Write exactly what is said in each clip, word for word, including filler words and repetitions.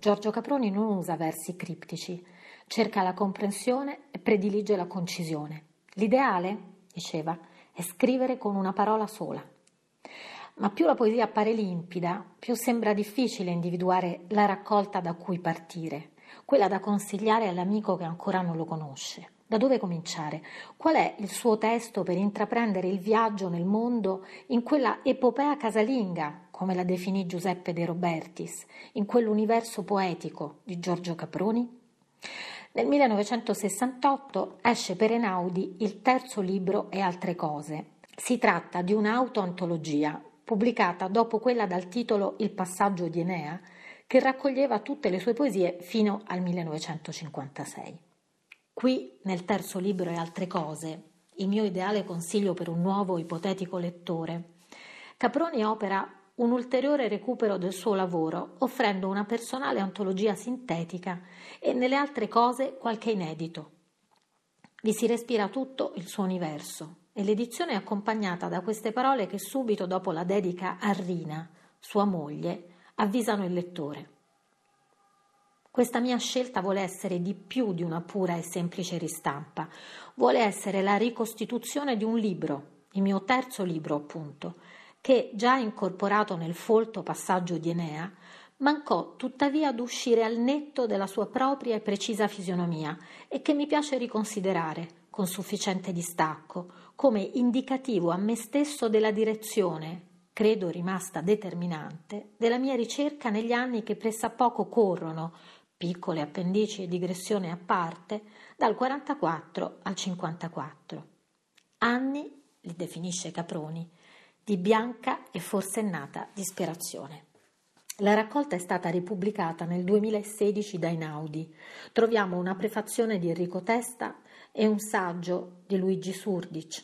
Giorgio Caproni non usa versi criptici, cerca la comprensione e predilige la concisione. L'ideale, diceva, è scrivere con una parola sola. Ma più la poesia appare limpida, più sembra difficile individuare la raccolta da cui partire, quella da consigliare all'amico che ancora non lo conosce. Da dove cominciare? Qual è il suo testo per intraprendere il viaggio nel mondo in quella epopea casalinga, come la definì Giuseppe De Robertis, in quell'universo poetico di Giorgio Caproni? Nel millenovecentosessantotto esce per Einaudi il terzo libro E altre cose. Si tratta di un'autoantologia pubblicata dopo quella dal titolo Il passaggio di Enea, che raccoglieva tutte le sue poesie fino al millenovecentocinquantasei. Qui, nel terzo libro E altre cose, il mio ideale consiglio per un nuovo ipotetico lettore, Caproni opera un ulteriore recupero del suo lavoro, offrendo una personale antologia sintetica e nelle altre cose qualche inedito. Vi si respira tutto il suo universo e l'edizione è accompagnata da queste parole che subito dopo la dedica a Rina, sua moglie, avvisano il lettore. Questa mia scelta vuole essere di più di una pura e semplice ristampa, vuole essere la ricostituzione di un libro, il mio terzo libro appunto, che, già incorporato nel folto passaggio di Enea, mancò tuttavia ad uscire al netto della sua propria e precisa fisionomia e che mi piace riconsiderare, con sufficiente distacco, come indicativo a me stesso della direzione, credo rimasta determinante, della mia ricerca negli anni che pressappoco corrono, piccole appendici e digressioni a parte, dal quarantaquattro al cinquantaquattro. Anni, li definisce Caproni, di bianca e forsennata disperazione. La raccolta è stata ripubblicata nel duemilasedici da Einaudi. Troviamo una prefazione di Enrico Testa e un saggio di Luigi Surdic.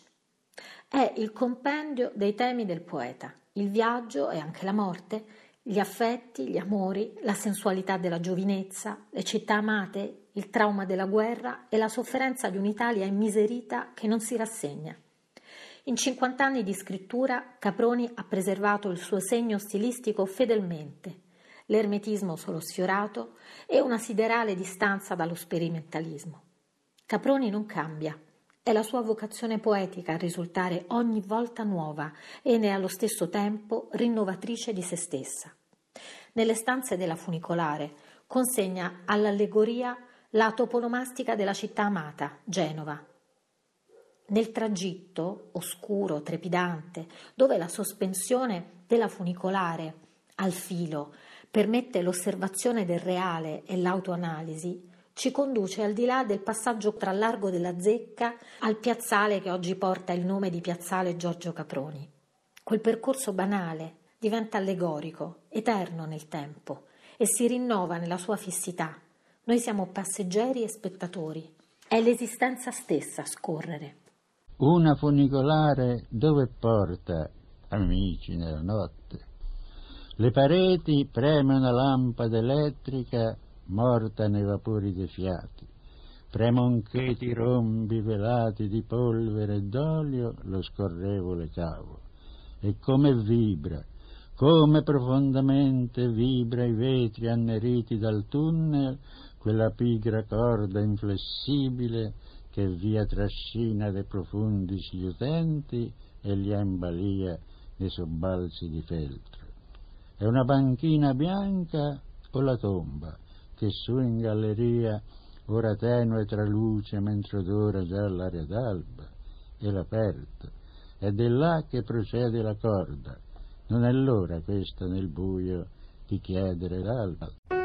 È il compendio dei temi del poeta, il viaggio e anche la morte, gli affetti, gli amori, la sensualità della giovinezza, le città amate, il trauma della guerra e la sofferenza di un'Italia immiserita che non si rassegna. In cinquant'anni di scrittura Caproni ha preservato il suo segno stilistico fedelmente, l'ermetismo solo sfiorato e una siderale distanza dallo sperimentalismo. Caproni non cambia, è la sua vocazione poetica a risultare ogni volta nuova e ne è allo stesso tempo rinnovatrice di se stessa. Nelle stanze della funicolare consegna all'allegoria la toponomastica della città amata, Genova. Nel tragitto, oscuro, trepidante, dove la sospensione della funicolare al filo permette l'osservazione del reale e l'autoanalisi, ci conduce al di là del passaggio tra Largo della Zecca al piazzale che oggi porta il nome di piazzale Giorgio Caproni. Quel percorso banale diventa allegorico, eterno nel tempo e si rinnova nella sua fissità. Noi siamo passeggeri e spettatori. È l'esistenza stessa a scorrere. Una funicolare dove porta amici nella notte. Le pareti preme una lampada elettrica morta nei vapori dei fiati. Premoncheti rombi velati di polvere e d'olio lo scorrevole cavo. E come vibra, come profondamente vibra i vetri anneriti dal tunnel quella pigra corda inflessibile che via trascina dei profondi schiutenti e li embalia nei sobbalzi di feltro. È una banchina bianca o la tomba che su in galleria ora tenue traluce mentre odora già l'aria d'alba e l'aperto, ed è là che procede la corda. Non è l'ora questa nel buio di chiedere l'alba.